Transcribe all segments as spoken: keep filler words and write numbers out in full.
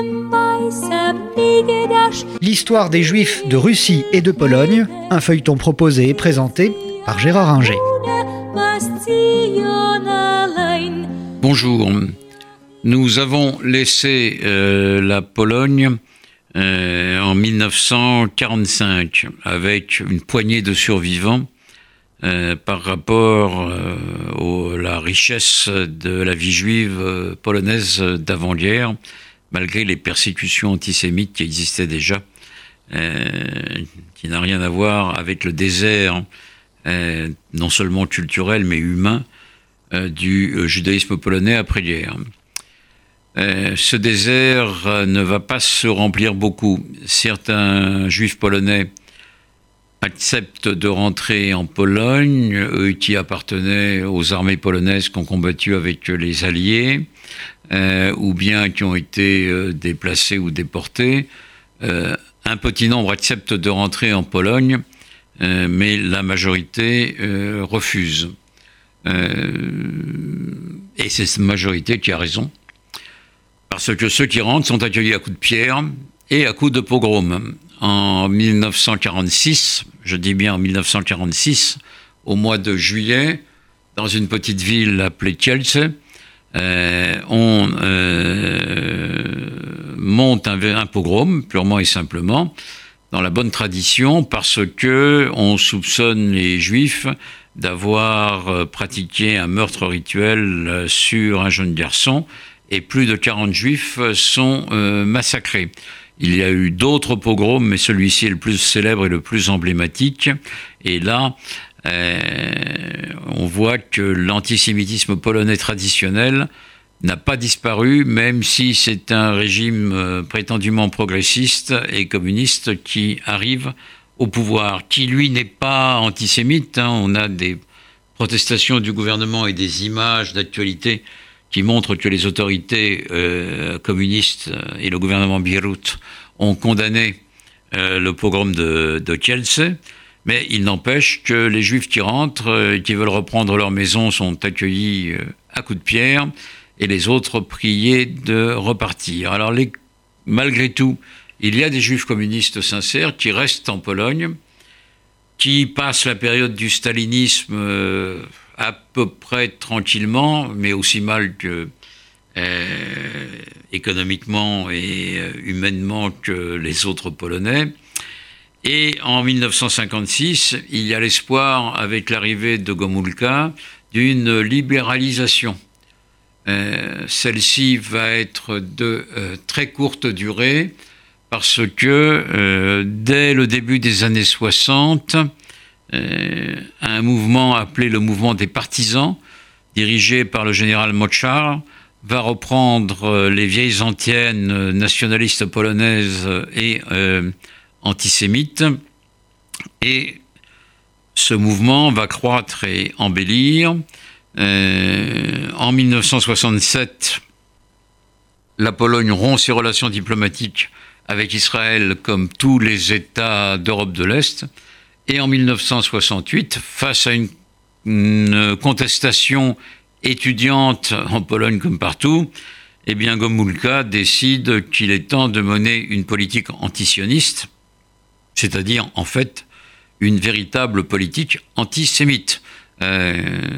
L'histoire des Juifs de Russie et de Pologne, un feuilleton proposé et présenté par Gérard Inger. Bonjour. Nous avons laissé euh, la Pologne euh, en dix-neuf cent quarante-cinq avec une poignée de survivants euh, par rapport euh, à la richesse de la vie juive euh, polonaise d'avant-guerre, malgré les persécutions antisémites qui existaient déjà, euh, qui n'a rien à voir avec le désert euh, non seulement culturel mais humain euh, du euh, judaïsme polonais après-guerre. Euh, ce désert euh, ne va pas se remplir beaucoup. Certains juifs polonais acceptent de rentrer en Pologne, eux qui appartenaient aux armées polonaises qui ont combattu avec les Alliés, euh, ou bien qui ont été euh, déplacés ou déportés. Euh, un petit nombre accepte de rentrer en Pologne, euh, mais la majorité euh, refuse. Euh, et c'est cette majorité qui a raison. Parce que ceux qui rentrent sont accueillis à coups de pierre et à coups de pogrom. En dix-neuf cent quarante-six, je dis bien en dix-neuf cent quarante-six, au mois de juillet, dans une petite ville appelée Kielce, euh, on euh, monte un, un pogrom, purement et simplement, dans la bonne tradition, parce que on soupçonne les Juifs d'avoir pratiqué un meurtre rituel sur un jeune garçon, et plus de quarante Juifs sont euh, massacrés. Il y a eu d'autres pogroms, mais celui-ci est le plus célèbre et le plus emblématique. Et là, euh, on voit que l'antisémitisme polonais traditionnel n'a pas disparu, même si c'est un régime euh, prétendument progressiste et communiste qui arrive au pouvoir, qui lui n'est pas antisémite. Hein. On a des protestations du gouvernement et des images d'actualité qui montre que les autorités euh, communistes et le gouvernement biélorusse ont condamné euh, le pogrom de, de Kielce, mais il n'empêche que les Juifs qui rentrent, euh, qui veulent reprendre leur maison, sont accueillis euh, à coups de pierre, et les autres priés de repartir. Alors, les, malgré tout, il y a des Juifs communistes sincères qui restent en Pologne, qui passent la période du stalinisme euh, à peu près tranquillement, mais aussi mal que euh, économiquement et euh, humainement que les autres Polonais. Et en dix-neuf cent cinquante-six, il y a l'espoir, avec l'arrivée de Gomulka, d'une libéralisation. Euh, celle-ci va être de euh, très courte durée, parce que euh, dès le début des années soixante, Euh, un mouvement appelé le mouvement des partisans, dirigé par le général Moczar, va reprendre les vieilles antennes nationalistes polonaises et euh, antisémites. Et ce mouvement va croître et embellir. Euh, en dix-neuf cent soixante-sept, la Pologne rompt ses relations diplomatiques avec Israël comme tous les États d'Europe de l'Est. Et en dix-neuf cent soixante-huit, face à une, une contestation étudiante en Pologne comme partout, eh bien Gomulka décide qu'il est temps de mener une politique antisioniste, c'est-à-dire en fait une véritable politique antisémite. Euh,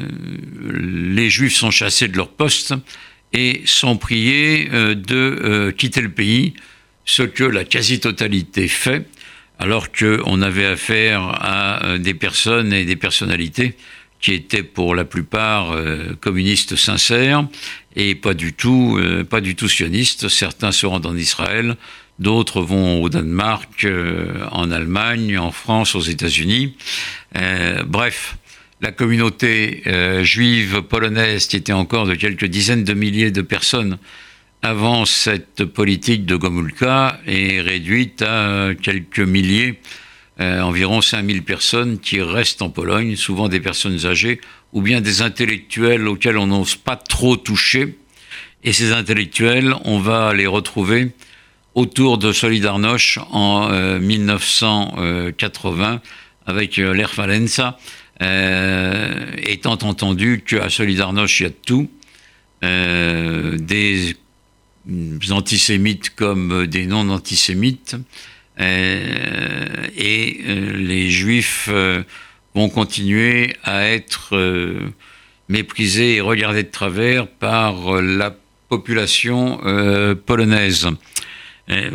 les Juifs sont chassés de leur poste et sont priés euh, de euh, quitter le pays, ce que la quasi-totalité fait, alors qu'on avait affaire à des personnes et des personnalités qui étaient pour la plupart euh, communistes sincères et pas du tout, euh, pas du tout sionistes. Certains se rendent en Israël, d'autres vont au Danemark, euh, en Allemagne, en France, aux États-Unis. Euh, bref, la communauté euh, juive polonaise, qui était encore de quelques dizaines de milliers de personnes avant cette politique de Gomulka, est réduite à quelques milliers, euh, environ cinq mille personnes qui restent en Pologne, souvent des personnes âgées ou bien des intellectuels auxquels on n'ose pas trop toucher. Et ces intellectuels, on va les retrouver autour de Solidarność en euh, dix-neuf cent quatre-vingts avec euh, Lech Wałęsa, euh, étant entendu qu'à Solidarność, il y a de tout, euh, des antisémites comme des non-antisémites. Euh, et euh, les Juifs euh, vont continuer à être euh, méprisés et regardés de travers par euh, la population euh, polonaise. Euh,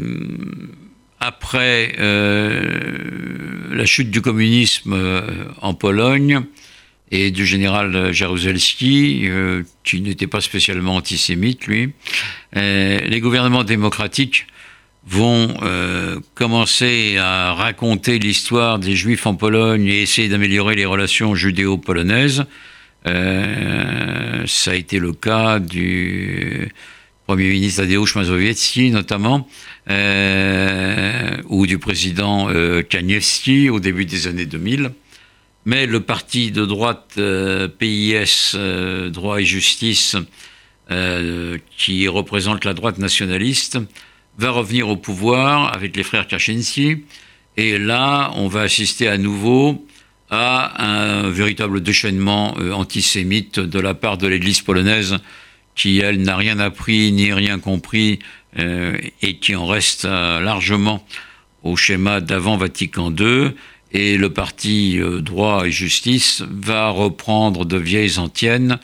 après euh, la chute du communisme euh, en Pologne et du général Jaruzelski, euh, qui n'était pas spécialement antisémite, lui, euh, les gouvernements démocratiques vont euh, commencer à raconter l'histoire des Juifs en Pologne et essayer d'améliorer les relations judéo-polonaises. Euh, ça a été le cas du Premier ministre Tadeusz Mazowiecki, notamment, euh, ou du président euh, Kaniewski au début des années deux mille. Mais le parti de droite euh, P I S, euh, Droit et Justice, euh, qui représente la droite nationaliste, va revenir au pouvoir avec les frères Kaczynski, et là, on va assister à nouveau à un véritable déchaînement euh, antisémite de la part de l'Église polonaise, qui, elle, n'a rien appris ni rien compris, euh, et qui en reste euh, largement au schéma d'avant Vatican deux, et le parti euh, Droit et Justice va reprendre de vieilles antiennes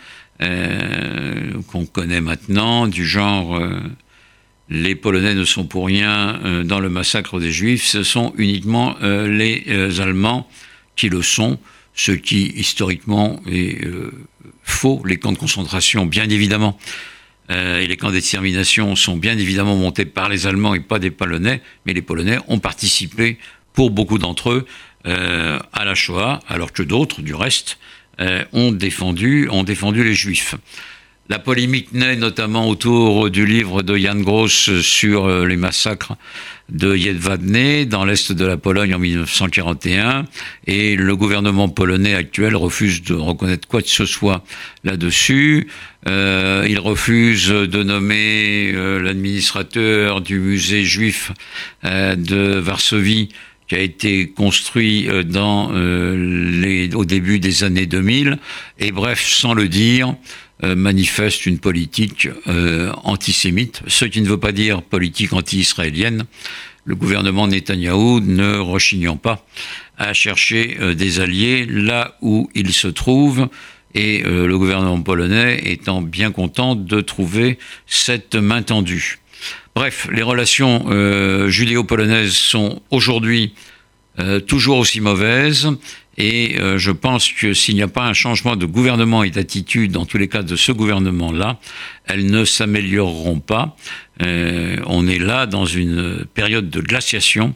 euh, qu'on connaît maintenant, du genre... Euh, les Polonais ne sont pour rien euh, dans le massacre des Juifs, ce sont uniquement euh, les euh, Allemands qui le sont, ce qui historiquement est euh, faux. Les camps de concentration, bien évidemment, euh, et les camps d'extermination sont bien évidemment montés par les Allemands et pas des Polonais, mais les Polonais ont participé, pour beaucoup d'entre eux, euh, à la Shoah, alors que d'autres, du reste, euh, ont défendu, ont défendu les Juifs. La polémique naît notamment autour du livre de Jan Gross sur les massacres de Jedwabne dans l'est de la Pologne en dix-neuf cent quarante et un, et le gouvernement polonais actuel refuse de reconnaître quoi que ce soit là-dessus. Euh, il refuse de nommer euh, l'administrateur du musée juif euh, de Varsovie, qui a été construit euh, dans, euh, les, au début des années deux mille, et bref, sans le dire, Euh, manifeste une politique euh, antisémite, ce qui ne veut pas dire politique anti-israélienne, le gouvernement Netanyahou ne rechignant pas à chercher euh, des alliés là où il se trouve, et euh, le gouvernement polonais étant bien content de trouver cette main tendue. Bref, les relations euh, judéo-polonaises sont aujourd'hui euh, toujours aussi mauvaises, et euh, je pense que s'il n'y a pas un changement de gouvernement et d'attitude, dans tous les cas de ce gouvernement-là, elles ne s'amélioreront pas. Euh, on est là dans une période de glaciation,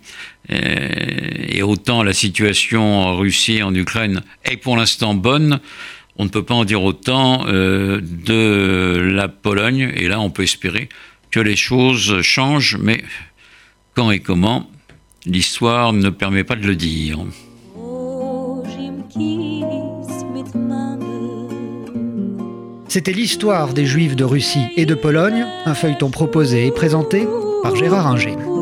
euh, et autant la situation en Russie et en Ukraine est pour l'instant bonne, on ne peut pas en dire autant euh, de la Pologne, et là on peut espérer que les choses changent, mais quand et comment, l'histoire ne permet pas de le dire. C'était l'histoire des Juifs de Russie et de Pologne, un feuilleton proposé et présenté par Gérard Inger.